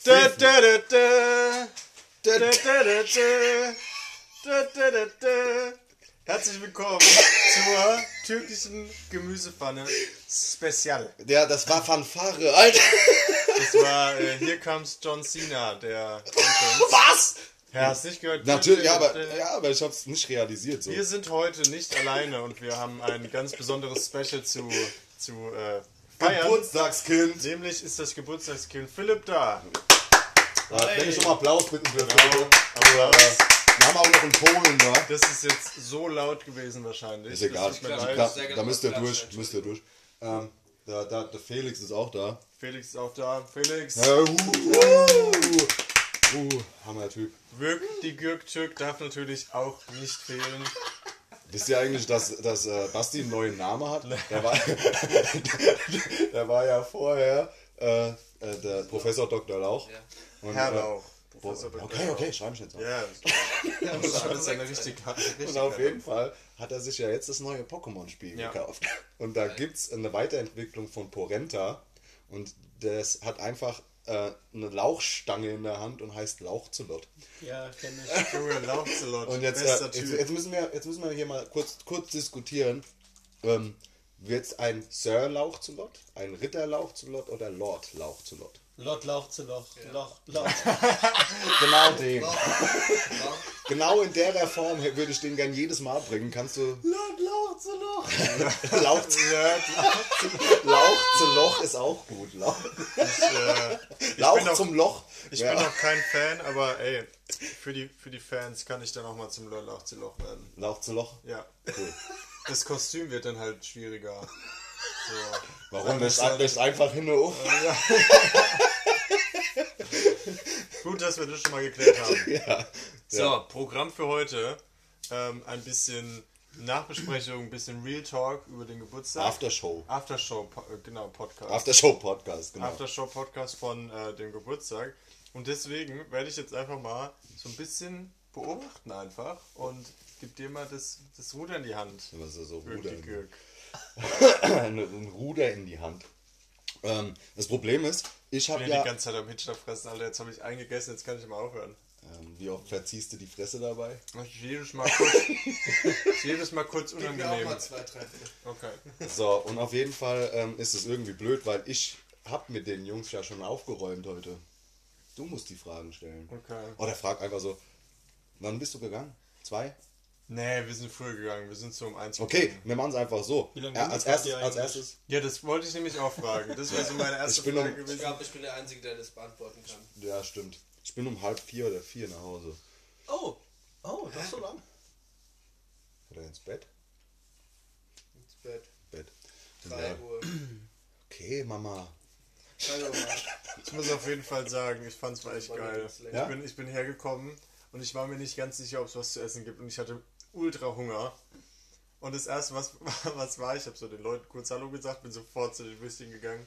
Herzlich willkommen zur türkischen Gemüsepfanne Spezial. Ja, das war Fanfare, Alter. Das war Here Comes John Cena, der Was? Ja, hast nicht gehört? Natürlich, ja, aber ich hab's nicht realisiert so. Wir sind heute nicht alleine und wir haben ein ganz besonderes Special zu feiern. Geburtstagskind. Nämlich ist das Geburtstagskind Philipp da. Wenn ich um Applaus bitten dürfte. Genau. Aber wir haben auch noch einen Polen da. Das ist jetzt so laut gewesen wahrscheinlich. Ist egal. Das tut mir leid. Da müsst ihr durch. Der Felix ist auch da. Felix ist auch da. Felix. Hammer Typ. Die Gürk-Türk darf natürlich auch nicht fehlen. Wisst ihr eigentlich, dass Basti einen neuen Namen hat? Der war ja vorher der Professor Dr. Lauch. Ja. Und, Herr Lauch. Okay, schreib ich jetzt auf. Ja, das ist alles eine richtig Und auf jeden Fall hat er sich ja jetzt das neue Pokémon-Spiel gekauft. Und da gibt's eine Weiterentwicklung von Porenta. Und das hat einfach eine Lauchstange in der Hand und heißt Lauchzelot. Ja, kenne ich. Junge, Lauchzelot. Und jetzt müssen wir hier mal kurz diskutieren. Wird es ein Sir Lauchzelot, ein Ritter Lauchzelot oder Lord Lauchzelot? Lord Lauchzelot. Ja. Genau den. Genau in der Form würde ich den gern jedes Mal bringen. Kannst du... Lord Lauchzelot. Lauchzeloch ist auch gut. Lauch zum Loch. Ich bin noch kein Fan, aber ey, für die Fans kann ich dann auch mal zum Lauchzeloch werden. Lauchzeloch? Ja. Cool. Das Kostüm wird dann halt schwieriger. So. Warum? Das einfach hin und auf. Ja. Gut, dass wir das schon mal geklärt haben. Ja. So, Programm für heute. Ein bisschen Nachbesprechung, ein bisschen Real Talk über den Geburtstag. Aftershow. Podcast. Aftershow-Podcast, genau. Aftershow-Podcast von dem Geburtstag. Und deswegen werde ich jetzt einfach mal so ein bisschen beobachten einfach und gib dir mal das Ruder in die Hand. Was ist so ein Ruder in die Hand. Das Problem ist, ich habe ja... die ganze Zeit am Hitler fressen, Alter. Jetzt habe ich eingegessen, jetzt kann ich mal aufhören. Wie oft verziehst du die Fresse dabei? Jedes Mal kurz unangenehm. Gib mir auch mal 2, 3, 4. Okay. So, und auf jeden Fall ist es irgendwie blöd, weil ich habe mit den Jungs ja schon aufgeräumt heute. Du musst die Fragen stellen. Okay. Oder frag einfach so, wann bist du gegangen? 2? Nee, wir sind früher gegangen. Wir sind so um 1 Okay, gegangen. wir machen es einfach so. Wie lange Als erstes. Ja, das wollte ich nämlich auch fragen. Das wäre so meine erste Frage gewesen. Ich glaube, ich bin der Einzige, der das beantworten kann. Ja, stimmt. Ich bin um 3:30 oder 4 nach Hause. Oh, das ist so lang. Oder ins Bett? Ins Bett. 3 Uhr. Okay, Mama. Ich muss auf jeden Fall sagen, ich fand es war echt geil. Ja? Ich bin hergekommen und ich war mir nicht ganz sicher, ob es was zu essen gibt und ich hatte ultra Hunger. Und das erste, was war, ich habe so den Leuten kurz Hallo gesagt, bin sofort zu den Würstchen gegangen.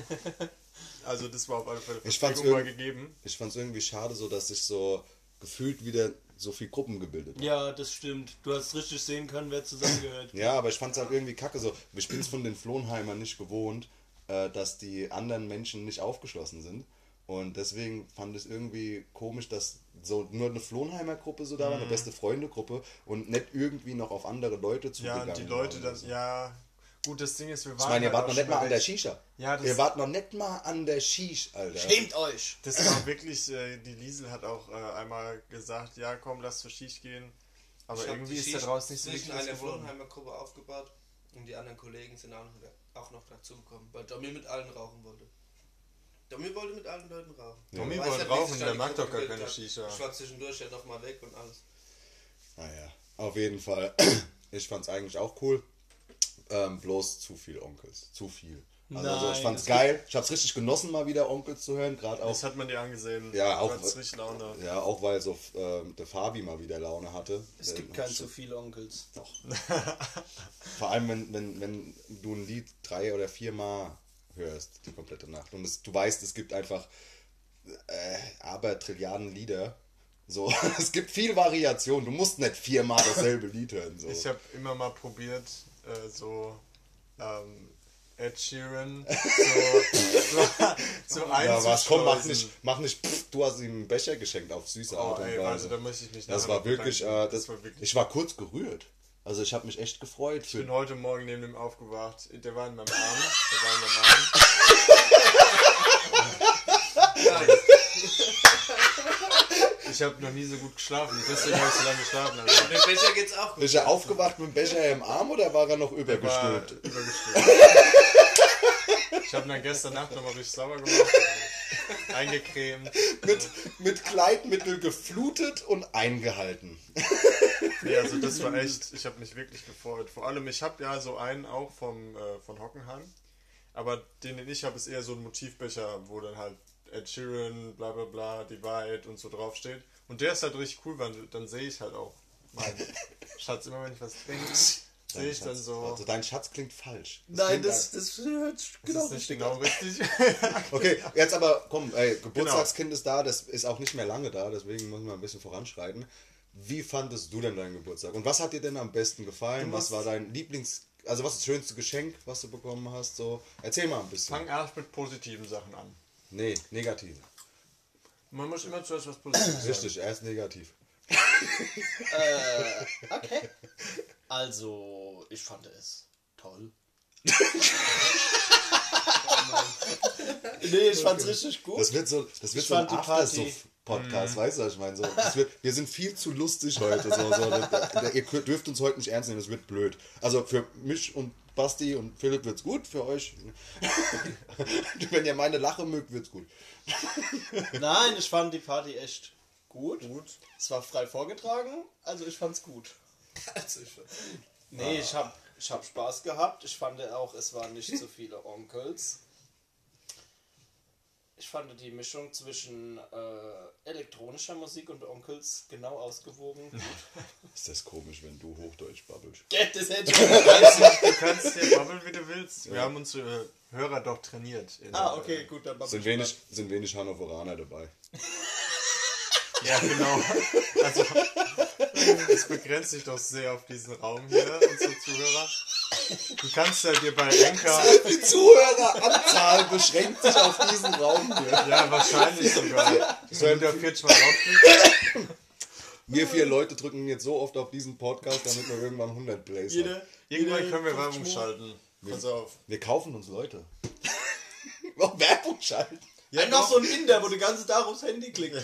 Also das war auf alle Fälle Verpflegung mal gegeben. Ich fand es irgendwie schade, so dass sich so gefühlt wieder so viel Gruppen gebildet haben. Ja, das stimmt. Du hast richtig sehen können, wer zusammengehört. Ja, aber ich fand es halt irgendwie kacke so. Ich bin es von den Flohnheimern nicht gewohnt, dass die anderen Menschen nicht aufgeschlossen sind. Und deswegen fand ich es irgendwie komisch, dass so nur eine Flohnheimer Gruppe so da war, eine beste Freunde-Gruppe und nicht irgendwie noch auf andere Leute zugegangen. Ja, und die Leute dann, so. ja, gut, das Ding ist, wir waren. Ich meine, ihr halt wart auch noch nicht schon mal an der recht- Shisha. Ja, Ihr wart noch nicht mal an der Shisha, Alter. Schämt euch! Das war wirklich, die Liesel hat auch einmal gesagt, ja komm, lass zur Schicht gehen. Aber irgendwie ist da draußen nicht so zwischen richtig einer was geworden. Flohnheimer Gruppe aufgebaut und die anderen Kollegen sind auch noch dazugekommen, weil Domi mit allen rauchen wollte. Domi wollte mit allen Leuten rauchen. Domi Weiß wollte nicht, wie rauchen, sich der da die mag doch Gruppe gar gebildet keine hat. Shisha. Ich war zwischendurch ja nochmal weg und alles. Naja, auf jeden Fall. Ich fand's eigentlich auch cool. Bloß zu viel Onkels. Zu viel. Also ich fand's geil. Ich hab's richtig genossen, mal wieder Onkels zu hören. Gerade auch. Das hat man dir angesehen. Ja, auch. Du hattest richtig Laune. Ja, auch weil so der Fabi mal wieder Laune hatte. Es gibt keinen zu viele Onkels. Doch. Vor allem, wenn du ein Lied 3 oder 4 Mal hörst, die komplette Nacht. Und du weißt, es gibt einfach aber Trilliarden Lieder. So, es gibt viel Variation. Du musst nicht 4 Mal dasselbe Lied hören. So. Ich habe immer mal probiert, Ed Sheeran so Ja, was, komm, einzuschleusen. mach nicht, pff, du hast ihm einen Becher geschenkt auf süße Oh, Art und ey, Weise. also da möchte ich mich Das nachher war noch wirklich, bedanken. Das war wirklich. ich war kurz gerührt. Also ich habe mich echt gefreut. Ich bin heute Morgen neben dem aufgewacht. Der war in meinem Arm. Ich habe noch nie so gut geschlafen. Deswegen habe ich so lange geschlafen. Also. Mit Becher geht's auch gut. Ist er aufgewacht mit dem Becher im Arm oder war er noch War übergestülpt? übergestülpt. Ich habe ihn dann gestern Nacht nochmal richtig sauber gemacht. Eingecremt. Mit Kleidmittel geflutet und eingehalten. Nee, also das war echt, ich habe mich wirklich gefreut. Vor allem, ich habe ja so einen auch von Hockenheim. Aber den ich habe, ist eher so ein Motivbecher, wo dann halt Ed Sheeran, bla bla bla, Divide und so draufsteht. Und der ist halt richtig cool, weil dann sehe ich halt auch meinen Schatz, immer wenn ich was trinke, sehe ich dann so. Also dein Schatz klingt falsch. Nein, klingt das hört Das genau ist nicht richtig genau an. richtig. Okay, jetzt aber, komm, ey, Geburtstagskind ist da, das ist auch nicht mehr lange da, deswegen müssen wir ein bisschen voranschreiten. Wie fandest du denn deinen Geburtstag? Und was hat dir denn am besten gefallen? Was war dein also was ist das schönste Geschenk, was du bekommen hast? So, erzähl mal ein bisschen. Fang erst mit positiven Sachen an. Nee, negativ. Man muss immer zuerst was Positives sagen. Richtig, erst negativ. Okay. Also, ich fand es toll. Nee, ich fand's richtig gut. Das wird so ein fand die Party- Aftersuff-Podcast, weißt du, was ich meine? So, wir sind viel zu lustig heute. Ihr dürft uns heute nicht ernst nehmen, das wird blöd. Also für mich und Basti und Philipp wird's gut, für euch. Wenn ihr meine Lache mögt, wird's gut. Nein, ich fand die Party echt gut. Es war frei vorgetragen, also ich fand's gut. Also ich, Nee, ich hab Spaß gehabt. Ich fand auch, es waren nicht so viele Onkels. Ich fand die Mischung zwischen elektronischer Musik und Onkels genau ausgewogen. Gut. Ist das komisch, wenn du Hochdeutsch babbelst? Das hätte Du kannst hier babbeln, wie du willst. Wir haben unsere Hörer doch trainiert. okay, gut, dann Sind wenig Hannoveraner dabei. Ja, genau. Also, es begrenzt sich doch sehr auf diesen Raum hier, unsere Zuhörer. Du kannst ja dir bei Anchor... Die Zuhöreranzahl beschränkt sich auf diesen Raum hier. Ja, wahrscheinlich sogar. Wenn du da 40 Mal draufklickst. Wir 4 Leute drücken jetzt so oft auf diesen Podcast, damit wir irgendwann 100 Plays haben. Irgendwann können wir Werbung schalten. Pass auf. Wir kaufen uns Leute. Auch Werbung schalten. Ja, noch so ein Inder, wo du ganze Tag aufs Handy klickst.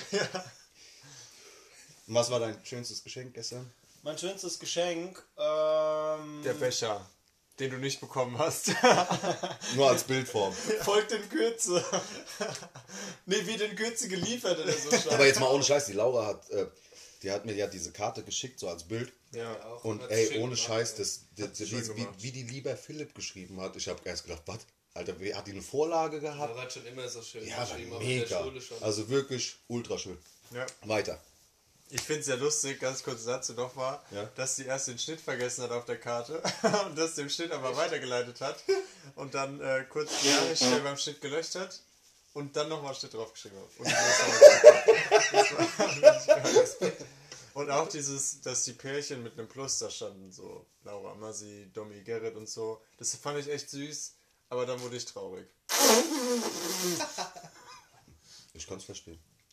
Und was war dein schönstes Geschenk gestern? Mein schönstes Geschenk, Der Becher, den du nicht bekommen hast. Nur als Bildform. folgt in Kürze. Nee, wird in Kürze geliefert oder so. Aber jetzt mal ohne Scheiß, die Laura hat mir ja diese Karte geschickt, so als Bild. Ja. auch. Und Hat's ey, schön ohne gemacht, Scheiß, ja. wie die lieber Philipp geschrieben hat. Ich habe erst gedacht, was? Alter, hat die eine Vorlage gehabt? Aber hat schon immer so schön Ja, war geschrieben, auch in der mega. Schule schon. Also wirklich ultra schön. Ja. Weiter. Ich finde es ja lustig, ganz kurzer Satz noch war, Ja. dass sie erst den Schnitt vergessen hat auf der Karte und das dem Schnitt aber weitergeleitet hat und dann kurz schnell beim Schnitt gelöscht hat und dann nochmal Schnitt draufgeschrieben hat. Und auch dieses, dass die Pärchen mit einem Plus da standen, so Laura Masi, Domi, Gerrit und so, das fand ich echt süß, aber dann wurde ich traurig. Ich kann es verstehen.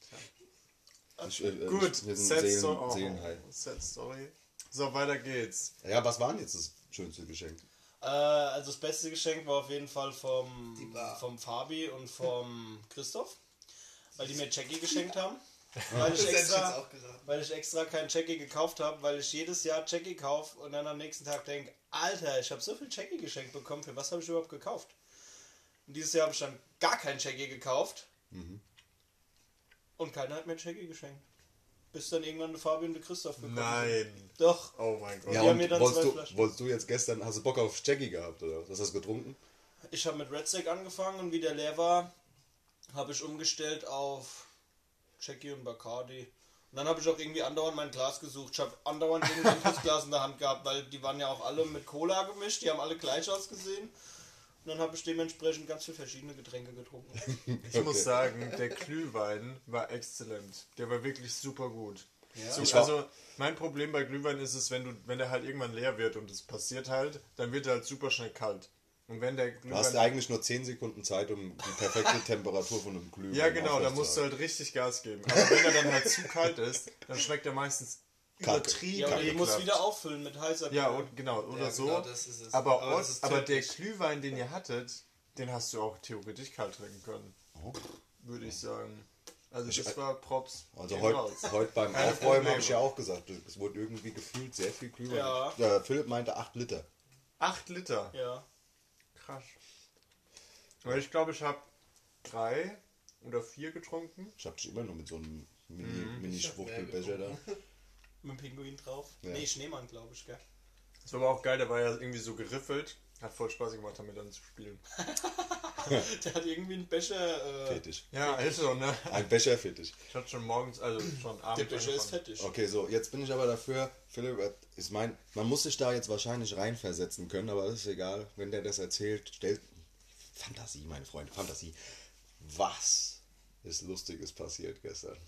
Gut, wir sind Sad Story. Seelenhai. Sad Story. So, weiter geht's. Ja, was war denn jetzt das schönste Geschenk? Also das beste Geschenk war auf jeden Fall Die vom Fabi und vom Christoph, weil die mir Jackie geschenkt haben. Weil ich, Das hätte ich jetzt extra, auch geraten. weil ich extra kein Jackie gekauft habe, weil ich jedes Jahr Jackie kaufe und dann am nächsten Tag denke, Alter, ich habe so viel Jackie geschenkt bekommen, für was habe ich überhaupt gekauft? Und dieses Jahr habe ich dann gar kein Jackie gekauft und keiner hat mir Jackie geschenkt. Bis dann irgendwann der Fabi und der Christoph gekommen sind. Nein. Doch. Oh mein Gott. Ja, Die haben und mir dann wolltest 2 du, Flaschen. wolltest du jetzt gestern, hast du Bock auf Jackie gehabt, oder? Was hast du getrunken? Ich habe mit Red Stack angefangen und wie der leer war, habe ich umgestellt auf Jackie und Bacardi. Und dann habe ich auch irgendwie andauernd mein Glas gesucht. Ich habe andauernd irgendein Glas in der Hand gehabt, weil die waren ja auch alle mit Cola gemischt, die haben alle gleich ausgesehen. Und dann habe ich dementsprechend ganz viele verschiedene Getränke getrunken. Ich muss sagen, der Glühwein war exzellent. Der war wirklich super gut. Ja. Also, mein Problem bei Glühwein ist es, wenn der halt irgendwann leer wird und es passiert halt, dann wird er halt super schnell kalt. Und wenn der Du hast eigentlich nur 10 Sekunden Zeit, um die perfekte Temperatur von einem Glühwein Ja, genau, da musst du halt richtig Gas geben. Aber wenn er dann halt zu kalt ist, dann schmeckt er meistens Kacke. übertrieben. Ja, oder du musst ekelhaft. wieder auffüllen mit heißer Ja, Brühe. und genau, oder Ja, so. genau, das ist es. Aber, Aber das ist aber der tödlich. Glühwein, den ihr hattet, den hast du auch theoretisch kalt trinken können. Oh. Würde ich sagen. Also das war Props. Also Gehen heute raus. beim Keine Aufräumen habe Probleme. ich ja auch gesagt, es wurde irgendwie gefühlt sehr viel Glühwein. Ja. Philipp meinte 8 Liter. 8 Liter. Ja. Krass. Weil ich glaube, ich habe 3 oder 4 getrunken. Ich habe dich immer nur mit so einem Mini-Schwuchtelbecher da. Mit dem Pinguin drauf. Ja. Nee, Schneemann, glaube ich, gell? Das war aber auch geil, der war ja irgendwie so geriffelt. Hat voll Spaß gemacht, damit dann zu spielen. Der hat irgendwie einen Becher. Fetisch. Ja, ist so, ne? Ein Becher-Fetisch. Ich hatte schon morgens, also schon abends. Der Becher ist angefangen. fettig. Okay, so, jetzt bin ich aber dafür, Philipp, man muss sich da jetzt wahrscheinlich reinversetzen können, aber das ist egal, wenn der das erzählt, stellt Fantasie, meine Freunde, Fantasie. Was ist Lustiges passiert gestern?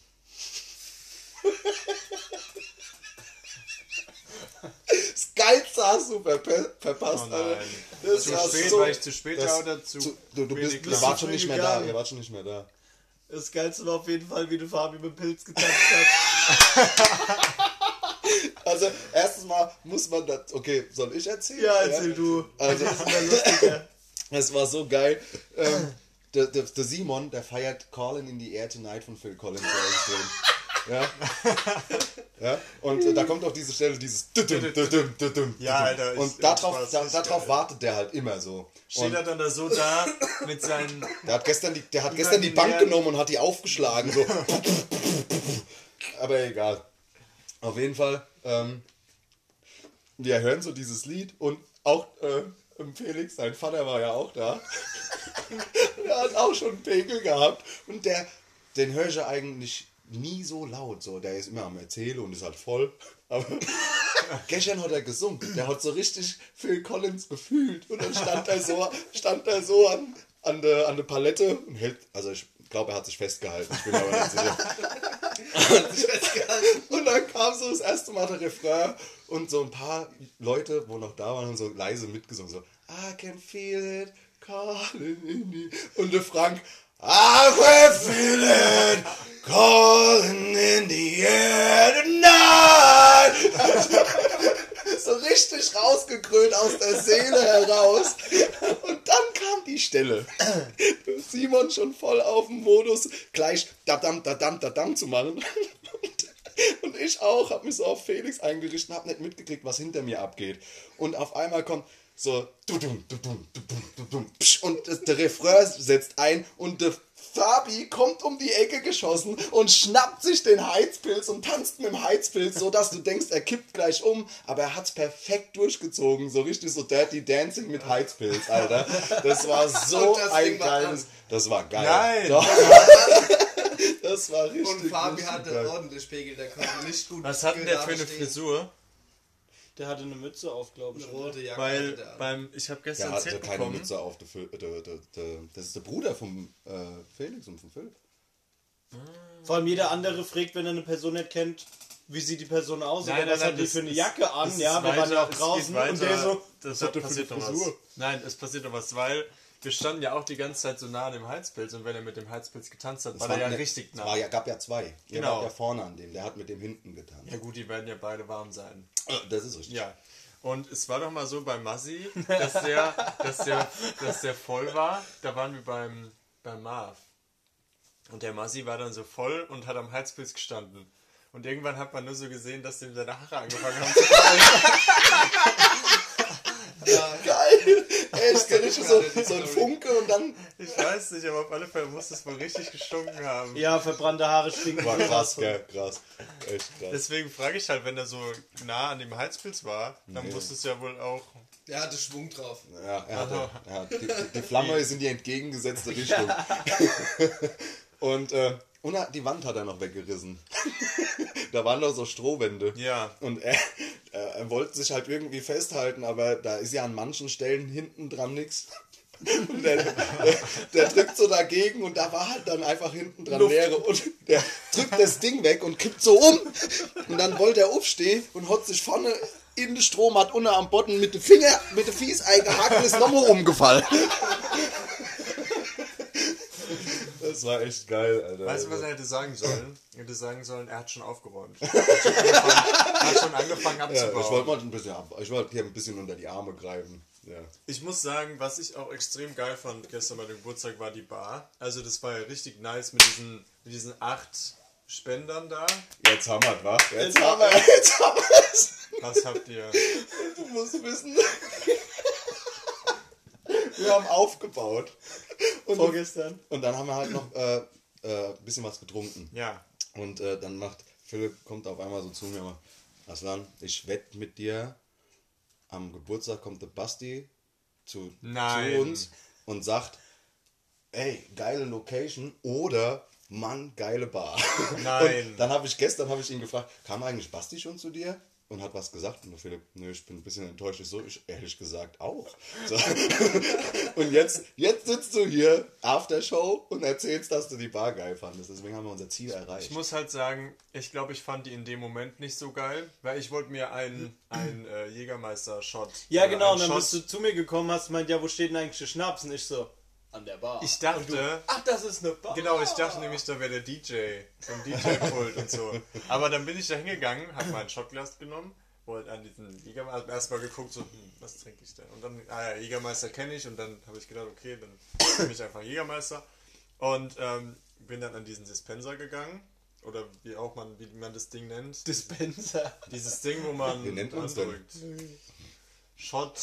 Das Geilste hast du verpasst, Oh Alter. nein. Das Zu war spät, so, war ich zu spät das- da oder zu du wenig ihr lang? wart schon nicht mehr da, gegangen. ihr wart schon nicht mehr da. Das Geilste war auf jeden Fall, wie du Fabi mit dem Pilz getanzt hast. Also, erstens mal muss man das, okay, soll ich erzählen? Ja, erzähl du. Also, Das ist immer lustiger. es war so geil. Der Simon, der feiert Callin' in the Air Tonight von Phil Collins. Ja. Ja. Und da kommt auch diese Stelle, dieses Ja, Alter, ich- und darauf, das war richtig darauf geil. wartet der halt immer so. Steht Und er dann da so da mit seinen. der hat gestern die Bank genommen und hat die aufgeschlagen. So. Aber egal. Auf jeden Fall, wir hören so dieses Lied und auch Felix, sein Vater war ja auch da. Der hat auch schon einen Pegel gehabt und den höre ich eigentlich nie so laut. So. Der ist immer am Erzählen und ist halt voll. Aber gestern hat er gesungen. Der hat so richtig Phil Collins gefühlt. Und dann stand er so an der Palette und hält, also ich glaube, er hat sich festgehalten. Ich bin mir aber nicht sicher. Und dann kam so das erste Mal der Refrain und so ein paar Leute, wo noch da waren, haben so leise mitgesungen. So, I can feel it calling in the... Und der Frank, I can feel it calling in the air tonight. So richtig rausgekrönt aus der Seele heraus. Und dann kam die Stelle. Simon schon voll auf dem Modus, gleich dadam zu machen. Und ich auch, hab mich so auf Felix eingerichtet und hab nicht mitgekriegt, was hinter mir abgeht. Und auf einmal kommt so und der Refrain setzt ein und der Fabi kommt um die Ecke geschossen und schnappt sich den Heizpilz und tanzt mit dem Heizpilz, so dass du denkst, er kippt gleich um, aber er hat's perfekt durchgezogen, so richtig so Dirty Dancing mit Heizpilz, Alter. Das war so Und das ein Ding war geiles, das war geil. Nein! Doch. Das war richtig. Und Fabi richtig hatte geil. ordentlich Pegel, der konnte nicht gut. Was hat denn der für eine gerade stehen. Frisur? Der hatte eine Mütze auf, glaube ich. Eine oder? rote Jacke. Weil hatte der an. ich habe Der gestern hatte erzählt keine bekommen. Mütze auf. Das ist der Bruder vom Felix und vom Philipp. Vor allem jeder andere fragt, wenn er eine Person nicht kennt, wie sieht die Person aus Nein, oder was nein, hat die das für eine ist- Jacke an. das Ja, ist wir waren ja auch weiter, es draußen geht weiter, und der so, das hat der passiert für noch eine was. Frisur? Nein, es passiert noch was, weil wir standen ja auch die ganze Zeit so nah an dem Heizpilz und wenn er mit dem Heizpilz getanzt hat, war er ja richtig nah. Gab ja zwei. Ihr Genau. wart ja vorne an dem, der hat mit dem hinten getanzt. Ja gut, die werden ja beide warm sein. Das ist richtig. Ja. Und es war doch mal so bei Massi, dass der voll war. Da waren wir beim Marv. Und der Massi war dann so voll und hat am Heizpilz gestanden. Und irgendwann hat man nur so gesehen, dass dem seine Haare angefangen haben zu fallen. Geil! Echt, richtig so ein Funke und dann. Ich weiß nicht, aber auf alle Fälle muss es wohl richtig gestunken haben. Ja, verbrannte Haare stinken. War krass, sowas von. gell? Krass. Echt krass. Deswegen frage ich halt, wenn er so nah an dem Heizpilz war, dann muss es ja wohl auch... Der hatte Schwung drauf. Ja, die Flamme ist in die entgegengesetzte Richtung. Und die Wand hat er noch weggerissen. Da waren noch so Strohwände. Ja. Und er wollte sich halt irgendwie festhalten, aber da ist ja an manchen Stellen hinten dran nichts. Und der drückt so dagegen und da war halt dann einfach hinten dran Leere. Und der drückt das Ding weg und kippt so um. Und dann wollte er aufstehen und hat sich vorne in den Strom, hat unten am Boden mit dem Finger, mit dem Fies eingehakt und ist nochmal umgefallen. Das war echt geil, Alter. Weißt du, was er hätte sagen sollen? Er hätte sagen sollen, er hat schon aufgeräumt. Er hat schon angefangen abzubauen. Ja, ich wollte mal ein bisschen ich wollte hier ein bisschen unter die Arme greifen. Ja. Ich muss sagen, was ich auch extrem geil fand gestern bei dem Geburtstag, war die Bar. Also das war ja richtig nice mit diesen 8 Spendern da. Jetzt haben wir es, wa? Jetzt haben wir es. Was habt ihr? Du musst wissen. Wir haben aufgebaut. Vorgestern. Und dann haben wir halt noch ein bisschen was getrunken. Ja. Und dann macht Philipp, kommt auf einmal so zu mir, Aslan, ich wette mit dir, am Geburtstag kommt der Basti zu uns und sagt, ey, geile Location oder Mann, geile Bar. Nein. Und dann habe ich ihn gefragt, kam eigentlich Basti schon zu dir? Und hat was gesagt. Und der Philipp, nö, ich bin ein bisschen enttäuscht. Ich ehrlich gesagt auch. So. Und jetzt sitzt du hier, Aftershow, und erzählst, dass du die Bar geil fandest. Deswegen haben wir unser Ziel erreicht. Ich muss halt sagen, ich glaube, ich fand die in dem Moment nicht so geil, weil ich wollte mir einen Jägermeister-Shot. Ja, genau, und dann Shot. bist du zu mir gekommen, hast gemeint, ja, wo steht denn eigentlich der Schnaps? Und ich so, an der Bar. Ich dachte, ach, das ist eine Bar. genau, ich dachte nämlich, da wäre der DJ, so ein DJ-Pult und so. Aber dann bin ich da hingegangen, hab mein Shotglas genommen, wollte an diesen Jägermeister, erstmal geguckt, so, was trinke ich denn? Und dann, ja, Jägermeister kenne ich, und dann habe ich gedacht, okay, dann nehme ich einfach Jägermeister. Und bin dann an diesen Dispenser gegangen, oder wie man das Ding nennt. Dispenser. Dieses Ding, wo man Wie nennt man's denn? andrückt. Shot,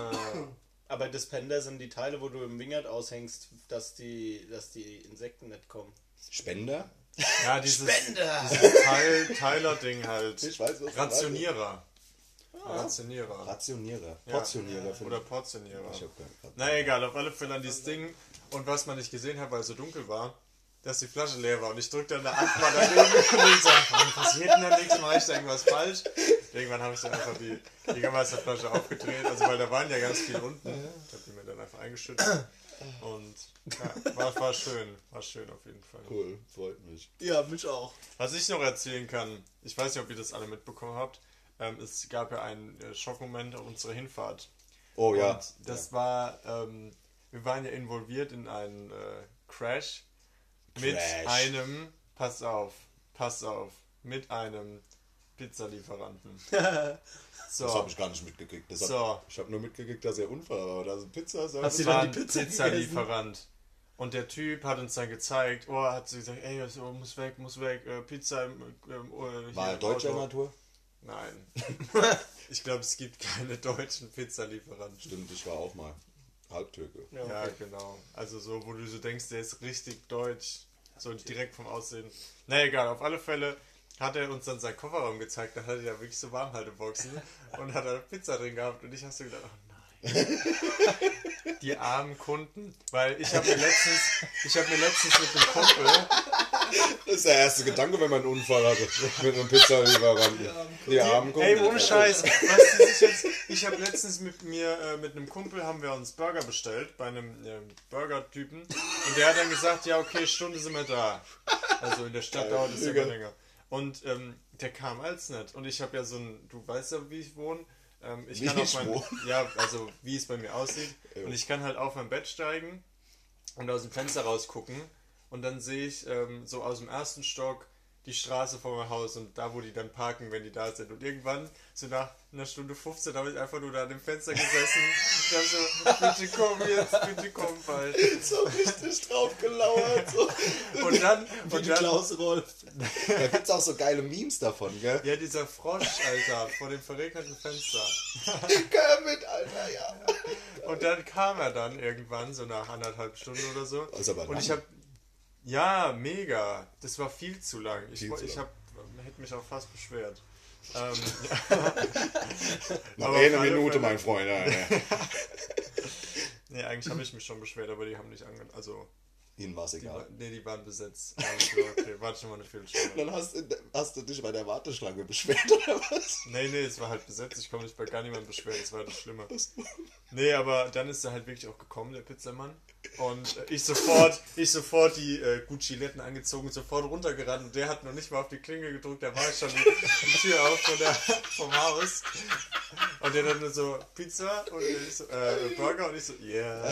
Aber Dispenser sind die Teile, wo du im Wingert aushängst, dass die Insekten nicht kommen. Spender? ja, dieses Spender! Teiler-Ding halt. Ich weiß, was du Rationierer. Rationierer. Rationierer. Ja. Portionierer. finde Oder ich. Portionierer. Ich hab keinen Portionierer. Na egal, auf alle Fälle an dieses Ding. Und was man nicht gesehen hat, weil es so dunkel war, dass die Flasche leer war. Und ich drückte dann da 8-mal daneben und ich sag, warum passiert denn da nichts? Mache ich da irgendwas falsch? Irgendwann habe ich dann einfach die Jägermeisterflasche aufgedreht. Also weil da waren ja ganz viel unten. Ich habe die mir dann einfach eingeschüttet. Und ja, war schön. War schön auf jeden Fall. Cool, freut mich. Ja, mich auch. Was ich noch erzählen kann, ich weiß nicht, ob ihr das alle mitbekommen habt, es gab ja einen Schockmoment auf unserer Hinfahrt. Oh ja. Und das war, wir waren ja involviert in einen Crash mit einem, pass auf, mit einem Pizzalieferanten. So. Das habe ich gar nicht mitgekriegt. Ich habe nur mitgekriegt, dass er Unfall war. Oder so Pizza. Hast Das du war dann ein die Pizza Pizzalieferant. Und der Typ hat uns dann gezeigt, hat so gesagt, ey, muss weg, Pizza hier War er im deutscher Auto. Natur? Nein. Ich glaube, es gibt keine deutschen Pizzalieferanten. Stimmt, ich war auch mal Halbtürke. Ja, genau. Also so, wo du so denkst, der ist richtig deutsch. So direkt vom Aussehen. Na egal, auf alle Fälle hat er uns dann seinen Kofferraum gezeigt. Da hatte er ja wirklich so Warmhalteboxen und hat da Pizza drin gehabt. Und ich habe so gedacht, oh nein. Die armen Kunden. Weil ich habe mir letztens mit dem Kumpel... Das ist der erste Gedanke, wenn man einen Unfall hatte. Mit einem Pizzalieferanten. Die armen Kunden. Ey, ohne Scheiß. Ich habe letztens mit einem Kumpel haben wir uns Burger bestellt bei einem Burger-Typen und der hat dann gesagt, ja okay, Stunde sind wir da. Also in der Stadt dauert es immer länger. Und der kam als nicht. Und ich habe ja so ein, du weißt ja, wie ich wohne. Ja, also wie es bei mir aussieht. Und ich kann halt auf mein Bett steigen und aus dem Fenster rausgucken. Und dann sehe ich so aus dem ersten Stock die Straße vor meinem Haus und da, wo die dann parken, wenn die da sind. Und irgendwann, so nach einer Stunde 15, habe ich einfach nur da an dem Fenster gesessen. Ich habe so, bitte komm bald. So richtig drauf gelauert. So. Und dann Klaus Rolf. Da gibt es auch so geile Memes davon, gell? ja, dieser Frosch, Alter, vor dem verregneten Fenster. Kermit, Alter, ja. Und dann kam er dann irgendwann, so nach 1,5 Stunden oder so. Das ist aber und lang. ich habe, ja, mega. Das war viel zu lang. Ich hätte mich auch fast beschwert. Noch aber eine auf alle Minute, Fälle- mein Freund. Ja. Nee, eigentlich habe ich mich schon beschwert, aber die haben nicht also Ihnen war es egal. Die waren besetzt. Alles klar, okay, warte schon mal eine Viertelstunde. Dann hast du dich bei der Warteschlange beschwert, oder was? Nee, es war halt besetzt. Ich komme mich bei gar niemandem beschweren, das war das Schlimme. Nee, aber dann ist er halt wirklich auch gekommen, der Pizzamann. Und ich sofort die Gucci-Letten angezogen, sofort runtergerannt. Und der hat noch nicht mal auf die Klingel gedrückt, da war ich schon die Tür auf vom Haus. Und der dann nur so, Pizza? Und ich so, Burger? Und ich so, yeah.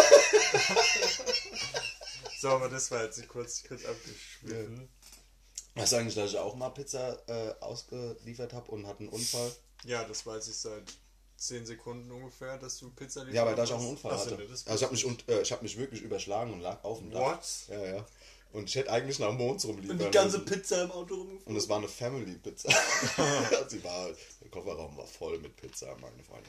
So, aber das war jetzt kurz abgeschwiffen. Weißt du eigentlich, dass ich auch mal Pizza ausgeliefert habe und hatte einen Unfall? Ja, das weiß ich seit 10 Sekunden ungefähr, dass du Pizza lieferst. Ja, weil da ich auch einen Unfall Achso, hatte. nee, das Also ich hab mich wirklich überschlagen und lag auf dem Dach. What? Ja. Und ich hätte eigentlich nach Mons rumliefern Und die ganze müssen. Pizza im Auto rumgefahren. Und es war eine Family-Pizza. Der Kofferraum war voll mit Pizza, meine Freunde.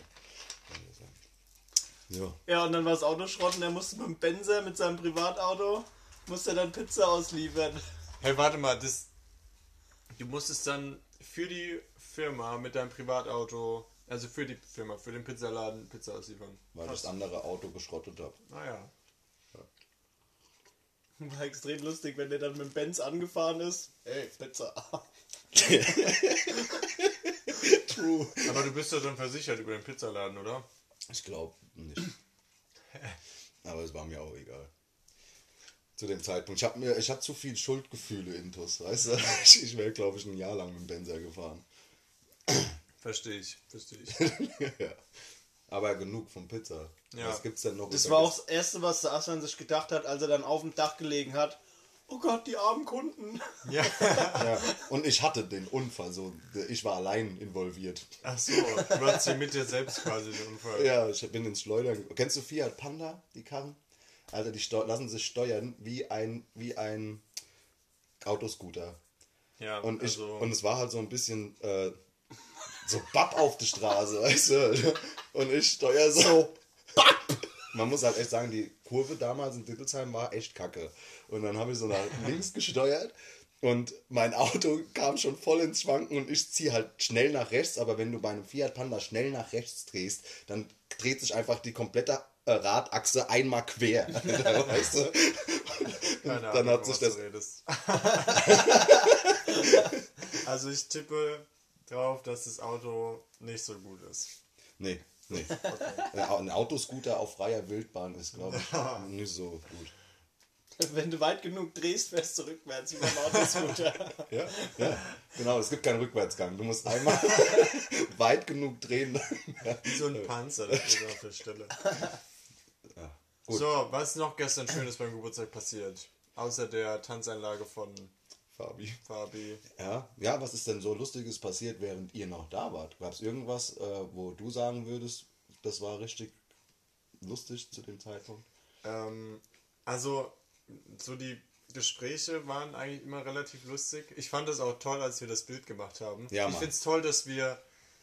Ja. Ja, und dann war das Auto Schrott und er musste mit dem Benzer, mit seinem Privatauto, musste er dann Pizza ausliefern. Hey, warte mal, du musstest dann für die Firma mit deinem Privatauto, also für die Firma, für den Pizzaladen Pizza ausliefern. Weil ich das andere Auto geschrottet habe. Naja. War extrem lustig, wenn der dann mit dem Benz angefahren ist. Ey, Pizza. True. Aber du bist ja dann versichert über den Pizzaladen, oder? Ich glaube nicht. Aber es war mir auch egal. Zu dem Zeitpunkt. Ich hatte zu viel Schuldgefühle intus, weißt du? Ich wäre, glaube ich, ein Jahr lang mit dem Benzer gefahren. Verstehe ich. Ja. Aber genug von Pizza. Ja. Was gibt's denn noch? Das war auch das Erste, was der Aslan sich gedacht hat, als er dann auf dem Dach gelegen hat. Oh Gott, die armen Kunden. Ja. Ja. Und ich hatte den Unfall, so ich war allein involviert. Ach so, du hast hier mit dir selbst quasi den Unfall. Ja, ich bin ins Schleudern. Kennst du Fiat Panda, die Karren? Alter, die lassen sich steuern wie ein Autoscooter. Ja, Und also, und es war halt so ein bisschen so Bapp auf der Straße, weißt du? Und ich steuere so Bapp. Man muss halt echt sagen, die Kurve damals in Dittelsheim war echt kacke. Und dann habe ich so nach links gesteuert und mein Auto kam schon voll ins Schwanken und ich ziehe halt schnell nach rechts. Aber wenn du bei einem Fiat Panda schnell nach rechts drehst, dann dreht sich einfach die komplette Radachse einmal quer. Weißt du? keine Dann Ahnung, hat sich was das. du redest. Also ich tippe drauf, dass das Auto nicht so gut ist. Nee. Ja, ein Autoscooter auf freier Wildbahn ist, glaube ich, nicht so gut. Wenn du weit genug drehst, fährst du rückwärts wie beim Autoscooter. Ja, genau, es gibt keinen Rückwärtsgang. Du musst einmal weit genug drehen. Wie so ein Panzer, das steht auf der Stelle. Ja, gut. So, was ist noch gestern Schönes beim Geburtstag passiert? Außer der Tanzeinlage von Fabi. Ja, was ist denn so Lustiges passiert, während ihr noch da wart? Gab es irgendwas, wo du sagen würdest, das war richtig lustig zu dem Zeitpunkt? Also, so die Gespräche waren eigentlich immer relativ lustig. Ich fand es auch toll, als wir das Bild gemacht haben. Ja, ich Mann. finde es toll, dass wir...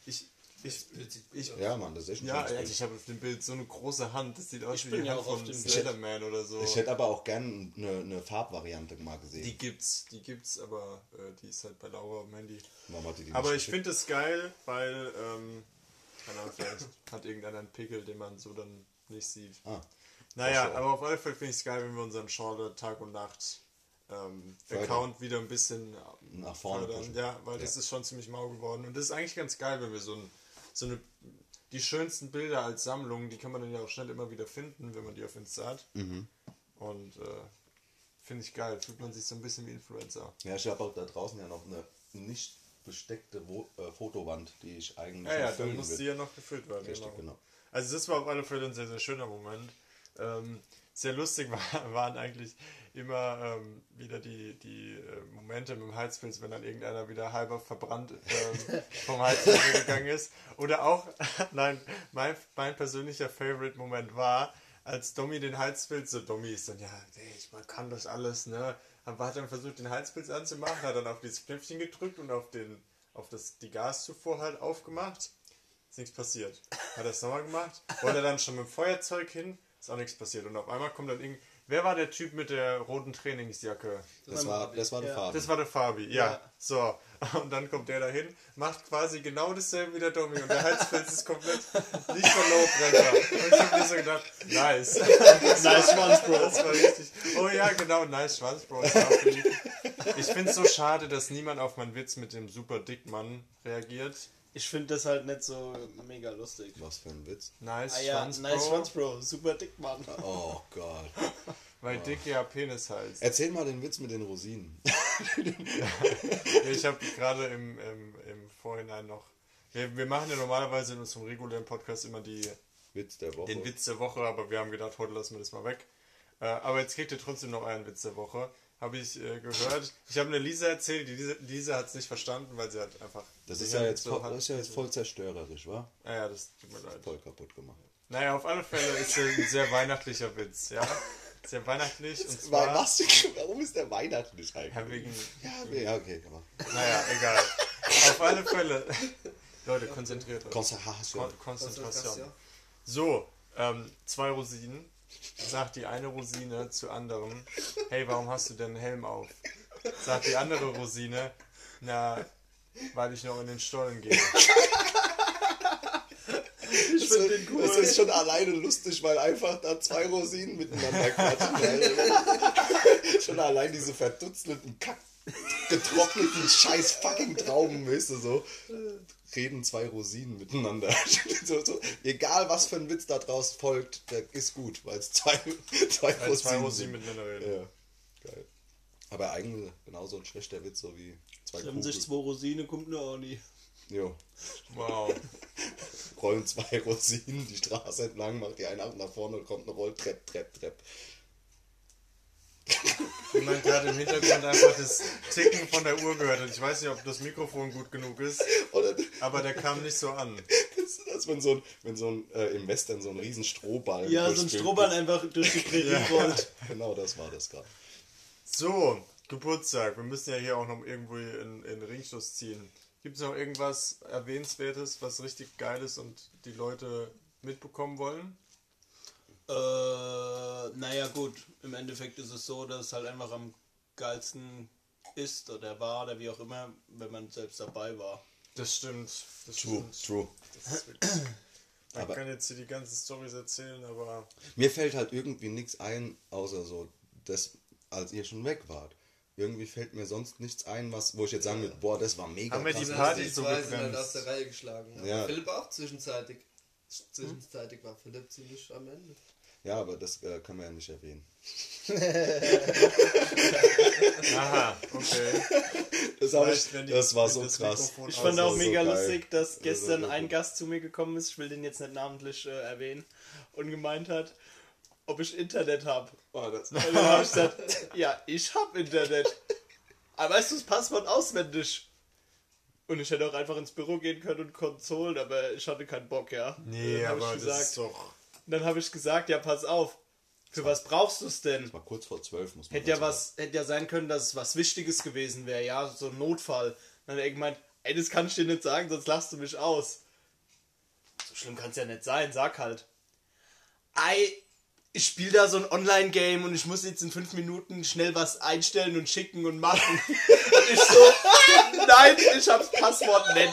Ja, Mann, das ist echt ein Ja, schönes also Bild. ich habe auf dem Bild so eine große Hand. Das sieht aus Ich wie bin die ja Hand auch auf von dem Bild. Slenderman oder so. Ich hätte aber auch gern eine Farbvariante mal gesehen. Die gibt's, aber die ist halt bei Laura am Handy. Warum hat die Aber nicht ich finde es geil, weil, keine Ahnung, vielleicht hat irgendeiner einen Pickel, den man so dann nicht sieht. Naja, Ach so. aber auf alle Fälle finde ich es geil, wenn wir unseren Charlotte Tag und Nacht Account wieder ein bisschen nach vorne fördern. pushen. Ja, weil das ist schon ziemlich mau geworden. Und das ist eigentlich ganz geil, wenn wir die schönsten Bilder als Sammlung, die kann man dann ja auch schnell immer wieder finden, wenn man die auf Insta hat. Und finde ich geil, fühlt man sich so ein bisschen wie Influencer. Ja, ich habe auch da draußen ja noch eine nicht besteckte Fotowand, die ich eigentlich Ja, noch dann füllen muss will. die ja noch gefüllt werden. Richtig, genau. Also das war auf alle Fälle ein sehr, sehr schöner Moment. Sehr lustig waren eigentlich immer wieder die Momente mit dem Heizpilz, wenn dann irgendeiner wieder halber verbrannt vom Heizpilz gegangen ist. Oder auch, nein, mein persönlicher Favorite-Moment war, als Domi den Heizpilz, so Domi ist dann, ja, man kann das alles, ne? Aber hat dann versucht, den Heizpilz anzumachen, hat dann auf dieses Knöpfchen gedrückt und die Gaszufuhr halt aufgemacht. Ist nichts passiert. Hat er es nochmal gemacht, wollte dann schon mit dem Feuerzeug hin, ist auch nichts passiert. Und auf einmal kommt dann Wer war der Typ mit der roten Trainingsjacke? Das war der Fabi. Das war der Fabi, ja. So, und dann kommt der dahin, macht quasi genau dasselbe wie der Domi und der Heizfels ist komplett nicht von Lowbrenner. Und ich hab mir so gedacht, nice. Nice Schwanz, Bro. Das war richtig. Oh ja, genau, nice Schwanz, Bro. Das war auch richtig. Ich find's so schade, dass niemand auf meinen Witz mit dem super Dickmann reagiert. Ich finde das halt nicht so mega lustig. Was für ein Witz. Nice Ja, Schwanz, Bro. nice Schwanz, Bro. Super dick, Mann. Oh Gott. Weil dick ja Penis heißt. Erzähl mal den Witz mit den Rosinen. Ich habe gerade im Vorhinein noch... Wir machen ja normalerweise in unserem regulären Podcast immer Witz der Woche. den Witz der Woche, aber wir haben gedacht, heute lassen wir das mal weg. Aber jetzt kriegt ihr trotzdem noch einen Witz der Woche. Habe ich gehört. Ich habe eine Lisa erzählt, die Lisa hat es nicht verstanden, weil sie halt einfach... Das ist ja jetzt voll zerstörerisch, wa? Ja, das tut mir leid. Voll kaputt gemacht. Naja, auf alle Fälle ist es ein sehr weihnachtlicher Witz, ja? Sehr weihnachtlich und zwar... Warum ist der weihnachtlich eigentlich? Ja, wegen... Ja, okay, kann man. Naja, egal. Auf alle Fälle... Leute, konzentriert euch. Konzentration. Konzentration. So, 2 Rosinen. Sagt die eine Rosine zur anderen, hey, warum hast du denn einen Helm auf? Sagt die andere Rosine, na, weil ich noch in den Stollen gehe. Ich finde den cool. Das ist schon alleine lustig, weil einfach da 2 Rosinen miteinander quatschen. Schon allein diese verdutzten, getrockneten scheiß fucking Trauben, weißt du, so. Reden 2 Rosinen miteinander. so, egal was für ein Witz da draus folgt, der ist gut, weil es zwei Rosinen miteinander reden. Ja, geil. Aber eigentlich genauso ein schlechter Witz, so wie 2 Wenn sich 2 Rosinen, kommt nur auch nie. Jo. Wow. Rollen 2 Rosinen die Straße entlang, macht die eine Hand nach vorne und kommt eine Rolltrepp. Wie man gerade im Hintergrund einfach das Ticken von der Uhr gehört hat. Ich weiß nicht, ob das Mikrofon gut genug ist, aber der kam nicht so an. Kennst du das, wenn so ein im Western so ein riesen Strohball... Ja, so ein Strohball einfach durch die Prärie rollt. Genau, das war das gerade. So, Geburtstag. Wir müssen ja hier auch noch irgendwo in Ringschluss ziehen. Gibt es noch irgendwas Erwähnenswertes, was richtig geil ist und die Leute mitbekommen wollen? Naja gut, im Endeffekt ist es so, dass es halt einfach am geilsten ist oder war oder wie auch immer, wenn man selbst dabei war. Das stimmt. True. Das ist wirklich... Man kann jetzt hier die ganzen Storys erzählen, aber... Mir fällt halt irgendwie nichts ein, außer so, das, als ihr schon weg wart. Irgendwie fällt mir sonst nichts ein, wo ich jetzt sagen würde, boah, das war mega Haben wir die krass. Party die so zwei sind gebremst? halt aus der Reihe geschlagen. Ja. Philipp auch zwischenzeitlich. Zwischenzeitlich war Philipp ziemlich am Ende. Ja, aber das können wir ja nicht erwähnen. Aha, okay. Das war so krass. Ich fand auch mega so lustig, dass Das gestern war so ein gut. Gast zu mir gekommen ist, ich will den jetzt nicht namentlich erwähnen, und gemeint hat, ob ich Internet habe. Und dann habe ich gesagt, ja, ich habe Internet. Aber weißt du das Passwort auswendig? Und ich hätte auch einfach ins Büro gehen können und Konsolen, aber ich hatte keinen Bock, ja. Nee, Dann hab aber ich das ist doch... Dann habe ich gesagt, ja, pass auf, für was brauchst du es denn? Das war kurz vor 12, muss man Hätte ja dazu sagen. hätte ja sein können, dass es was Wichtiges gewesen wäre, ja, so ein Notfall. Dann hat er gemeint, ey, das kann ich dir nicht sagen, sonst lachst du mich aus. So schlimm kann es ja nicht sein, sag halt. Ey, ich spiele da so ein Online-Game und ich muss jetzt in 5 Minuten schnell was einstellen und schicken und machen. Und ich so, nein, ich hab's Passwort nicht.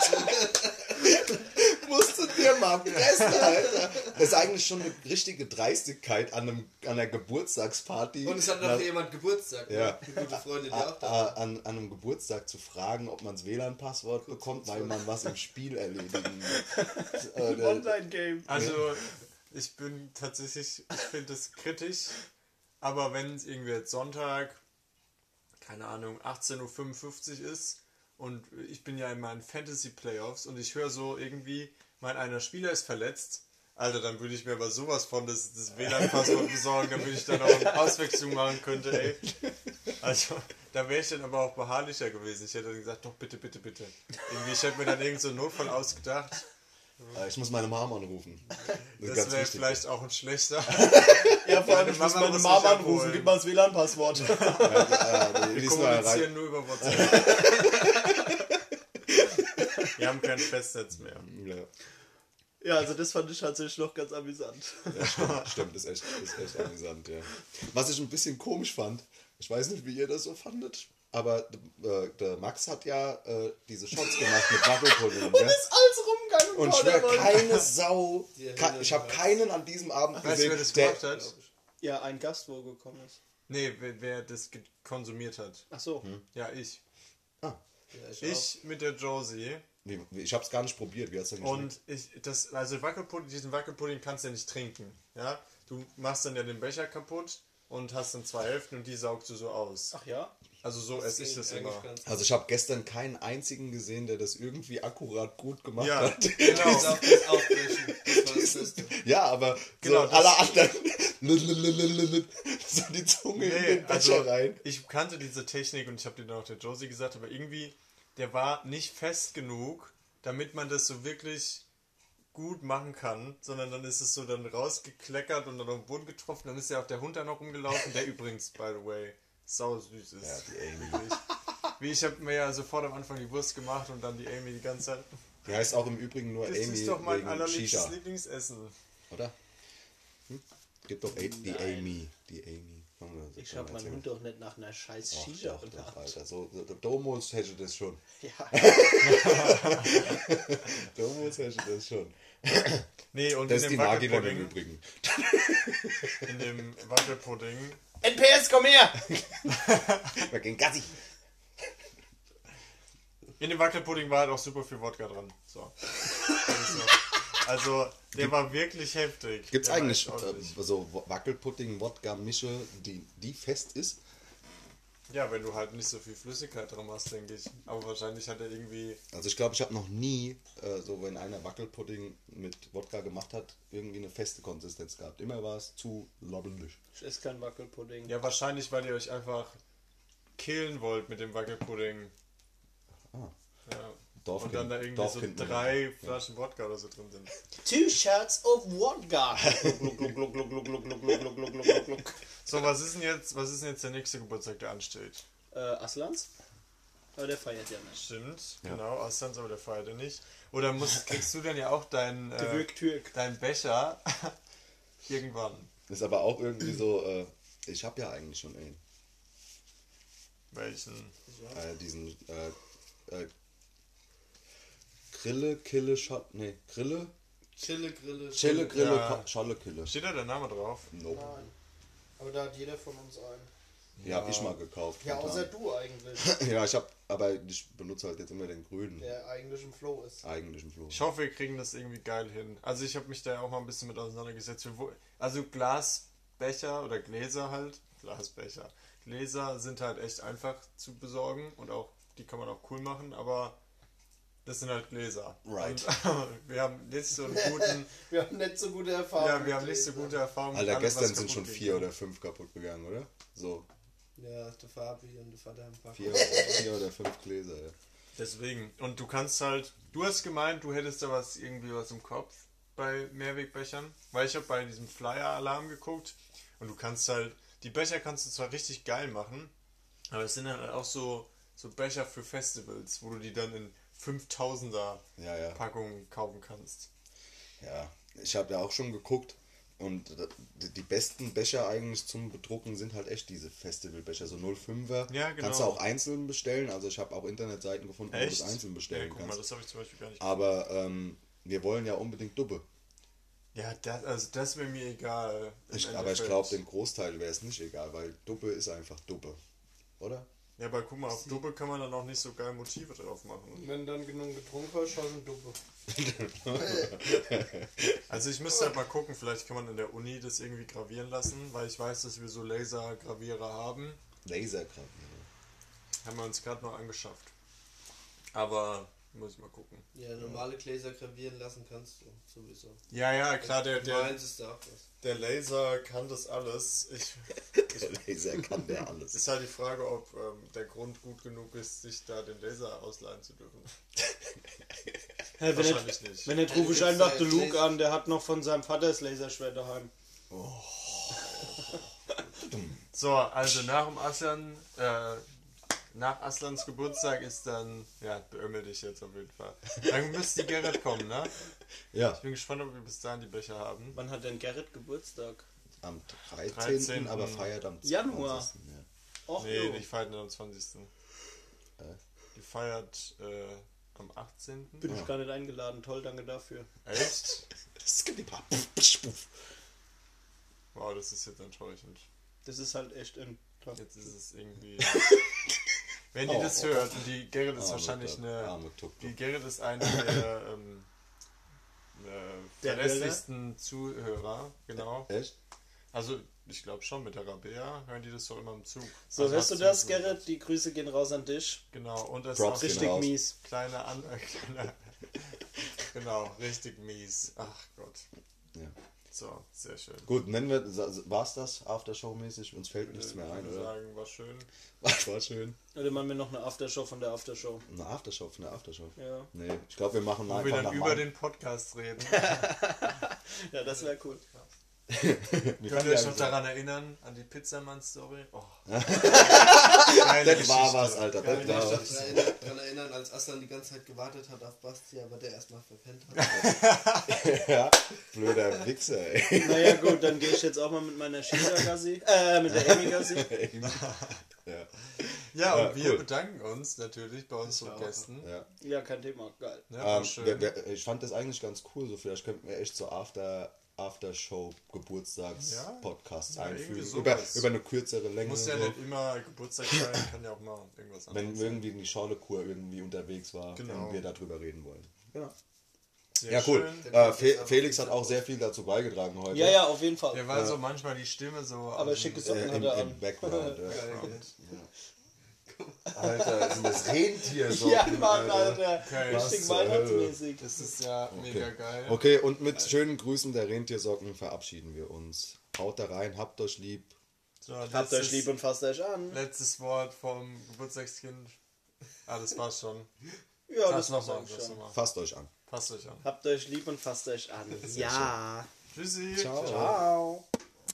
Musst du dir mal pressen, Alter. Das ist eigentlich schon eine richtige Dreistigkeit an einer Geburtstagsparty. Und es hat noch jemand Geburtstag. Ja. Ne? Eine gute Freundin, die auch da an einem Geburtstag zu fragen, ob man das WLAN-Passwort bekommt, weil man was im Spiel erledigen muss. Online-Game. Also, ich bin tatsächlich, ich finde das kritisch, aber wenn es irgendwie jetzt Sonntag, keine Ahnung, 18:55 Uhr ist und ich bin ja in meinen Fantasy-Playoffs und ich höre so irgendwie, mein einer Spieler ist verletzt, Alter, dann würde ich mir aber sowas von das WLAN-Passwort besorgen, damit ich dann auch eine Auswechslung machen könnte, ey. Also, da wäre ich dann aber auch beharrlicher gewesen. Ich hätte dann gesagt, doch bitte, bitte, bitte. Irgendwie, ich hätte mir dann irgend so einen Notfall ausgedacht. Ich muss meine Mom anrufen. Das wäre vielleicht auch ein schlechter. Ja, vor allem, ich muss Mama meine muss Mama mich anrufen, abholen. gib mal das WLAN-Passwort. Die Wir ist nur erreicht. kommunizieren nur über WhatsApp. Wir haben kein Festnetz mehr. Ja. Ja, also das fand ich tatsächlich noch ganz amüsant. Ja, stimmt, ist echt amüsant, ja. Was ich ein bisschen komisch fand, ich weiß nicht, wie ihr das so fandet, aber der Max hat ja diese Shots gemacht mit Wackelpudding. Und ist alles rumgegangen. Und schwör, keine Sau, ich habe keinen an diesem Abend Weißt du, gesehen, wer das der, gemacht hat? Ja, ein Gast, wo gekommen ist. Nee, wer das konsumiert hat. Ach so. Ja, ich. Ja, Ich mit der Josie. ich habe es gar nicht probiert, wie hat's denn geschmeckt? Und also diesen Wackelpudding kannst du ja nicht trinken. Ja? Du machst dann ja den Becher kaputt und hast dann 2 Hälften und die saugst du so aus. Ach ja? Also so esse ich das immer. Also ich habe gestern keinen einzigen gesehen, der das irgendwie akkurat gut gemacht Ja, hat. genau. Das Aufbrechen. Das war das Beste. Ja, aber Genau, so das- alle anderen so die Zunge in Nee, den Becher also rein. ich kannte diese Technik und ich habe dir dann auch der Josie gesagt, aber irgendwie, der war nicht fest genug, damit man das so wirklich gut machen kann, sondern dann ist es so dann rausgekleckert und dann auf den Boden getroffen, dann ist ja auch der Hund da noch rumgelaufen, der übrigens, by the way, sau süß ist. Ja, die Amy. Wie ich habe mir ja sofort am Anfang die Wurst gemacht und dann die Amy die ganze Zeit. Die heißt auch im Übrigen nur Das Amy ist doch mein wegen allerliebstes Shisha, Lieblingsessen. oder? Gibt doch die Amy. Die Amy. Komm, das Ich kann habe man meinen erzählen. Hund doch nicht nach einer scheiß Ach, Shisha doch, benannt. Alter. So, Domos hätte das schon. Ja. Domos hätte das schon. Nee, und Das ist in die dem Magilerin im Wackelpudding, Übrigen. in dem Wackelpudding, NPS, komm her! Wir gehen Gassi. in dem Wackelpudding war halt auch super viel Wodka dran. So. Also, der war wirklich heftig. Gibt es Der war eigentlich echt ordentlich. so Wackelpudding, Wodka-Mische, die fest ist? Ja, wenn du halt nicht so viel Flüssigkeit dran hast, denke ich. Aber wahrscheinlich hat er irgendwie. Also ich glaube, ich habe noch nie, so wenn einer Wackelpudding mit Wodka gemacht hat, irgendwie eine feste Konsistenz gehabt. Immer war es zu lobbelig. Ich esse kein Wackelpudding. Ja, wahrscheinlich, weil ihr euch einfach killen wollt mit dem Wackelpudding. Ah. Ja. Dorfkind- Und dann da irgendwie so Dorfkind- 3 Flaschen Wodka oder so drin sind. 2 shots of Wodka. So, was ist denn jetzt der nächste Geburtstag, der ansteht? Aslans? Aber der feiert ja nicht. Stimmt, Ja. genau, Aslanz, aber der feiert ja nicht. Oder kriegst du dann ja auch deinen Türk. Becher irgendwann? Ist aber auch irgendwie so, ich habe ja eigentlich schon einen. Welchen? Diesen Grille, Kille, Grille, Chille, Grille. Chille, Grille, Ja. Scholle, Kille. Steht da der Name drauf? Nope. Nein. Aber da hat jeder von uns einen. Die habe ich mal gekauft. Ja, spontan. außer du eigentlich. Ja, aber ich benutze halt jetzt immer den grünen, Der eigentlich im Flow ist. eigentlichen Floh. Ich hoffe, wir kriegen das irgendwie geil hin. Also ich habe mich da auch mal ein bisschen mit auseinandergesetzt. Also Glasbecher oder Gläser halt. Glasbecher. Gläser sind halt echt einfach zu besorgen und auch die kann man auch cool machen, aber das sind halt Gläser. Right. Und wir haben nicht so einen guten, Wir haben nicht so gute Erfahrungen. ja, wir haben mit nicht so Gläsern. gute Erfahrungen. Alter, mit allem, was gestern sind kaputt schon geht. 4 oder 5 kaputt gegangen, oder? So, Ja, der Fabi und der Vater haben ein paar 4 oder 5 Gläser, ja. Deswegen. Und du kannst halt, du hast gemeint, du hättest da irgendwie was im Kopf bei Mehrwegbechern, weil ich habe bei diesem Flyer-Alarm geguckt und du kannst halt, die Becher kannst du zwar richtig geil machen, aber es sind dann halt auch so Becher für Festivals, wo du die dann in 5000er Ja, ja. Packungen kaufen kannst. Ja, ich habe ja auch schon geguckt und die besten Becher eigentlich zum Bedrucken sind halt echt diese Festivalbecher, so 05er. Ja, genau. Kannst du auch einzeln bestellen, also ich habe auch Internetseiten gefunden, wo du Echt? das einzeln bestellen Ja, guck mal, kannst. das habe ich zum Beispiel gar nicht. Aber wir wollen ja unbedingt Dubbe. Ja, das wäre mir egal. im Aber ich Endeffekt. glaube, dem Großteil wäre es nicht egal, weil Dubbe ist einfach Dubbe. Oder? Ja, aber guck mal, auf Dubbe kann man dann auch nicht so geil Motive drauf machen. Wenn dann genug getrunken hast, hast du eine Duppe. Also ich müsste halt mal gucken, vielleicht kann man in der Uni das irgendwie gravieren lassen, weil ich weiß, dass wir so Lasergravierer haben. Laserkraft. Haben wir uns gerade noch angeschafft. Aber muss ich mal gucken. Ja, normale Gläser gravieren lassen kannst du sowieso. Ja, klar, der Meins ist da auch was. der Laser kann das alles. Der Laser kann der alles. Ist halt die Frage, ob der Grund gut genug ist, sich da den Laser ausleihen zu dürfen. Hey, Wahrscheinlich nicht. Wenn nicht, rufe ich einfach den Luke an, der hat noch von seinem Vater das Laserschwert daheim. So, also nach dem Aslan, nach Aslans Geburtstag ist dann, ja, beömmel dich jetzt auf jeden Fall. Dann müsste die Gerrit kommen, ne? Ja, Ich bin gespannt, ob wir bis dahin die Becher haben. Wann hat denn Gerrit Geburtstag? am 13. 13. aber feiert am 20. Januar. Ja. Och, Nee, jo. die feiert nicht am 20. Die feiert am 18. Bin ich gar nicht eingeladen. Toll, danke dafür. Echt? Skippipa. Wow, das ist jetzt enttäuschend. Das ist halt echt ein... Jetzt ist es irgendwie... Wenn die das hört, und die Gerrit ist wahrscheinlich eine... Die Gerrit ist eine der Der verlässlichsten Zuhörer, genau. Echt? Also, ich glaube schon, mit der Rabea hören die das doch immer im Zug. So, Also hörst du hat das, sie- Gerrit? Die Grüße gehen raus an dich. Genau, und das Props ist gehen Richtig raus. mies. kleine genau, richtig mies. Ach Gott. Ja. So, sehr schön. Gut, nennen wir, war's das Aftershow-mäßig? Uns fällt nichts mehr ein, Ich würde oder? sagen, war schön. War schön. Oder machen wir noch eine Aftershow von der Aftershow? Eine Aftershow, von der Aftershow. Ja. Nee, ich glaube, wir machen Wo wir einfach dann nach über meinem- den Podcast reden. Ja, das wäre cool. Wir Könnt ihr fangen euch ja noch daran erinnern, an die Pizzamann-Story? Oh. Das war was, Alter. Ich kann Das mich war noch was. daran erinnern, als Aslan die ganze Zeit gewartet hat auf Basti, aber der erstmal verpennt hat. Ja, blöder Wichser, ey. Naja, gut, dann gehe ich jetzt auch mal mit meiner Shiza Gassi. Mit der Amy Gassi. Ja, Ja, und Ja, wir cool. bedanken uns natürlich bei unseren auch. Gästen. ja. Ja, kein Thema. Geil. Ja, war schön. Ich fand das eigentlich ganz cool, so vielleicht könnten wir echt so Aftershow-Geburtstags-Podcasts Ja, einfügen. irgendwie Über sowas. eine kürzere Länge. Muss ja so. nicht immer Geburtstag sein, kann ja auch mal irgendwas anderes Wenn irgendwie die Schaulekur irgendwie unterwegs war Genau. und wir darüber reden wollen. Genau. Sehr Ja, cool. schön. Felix hat auch sehr viel dazu beigetragen heute. Ja, ja, auf jeden Fall. Der war so manchmal die Stimme so... Aber schicke Socken hat Im, er im an. Background. Ja. Geil, Alter, sind das Rentier so? Ja, Mann, Alter. Okay. Richtig Was, weihnachtsmäßig. Das ist ja mega geil. Okay, und mit schönen Grüßen der Rentiersocken verabschieden wir uns. Haut da rein, habt euch lieb. So, Habt euch lieb und fasst euch an. letztes Wort vom Geburtstagskind. Ah, das war's schon. Ja, Sag's das nochmal. war's schon. Fasst euch an. Passt euch an. Habt euch lieb und fasst euch an. Ja. Tschüssi. Ciao. Ciao.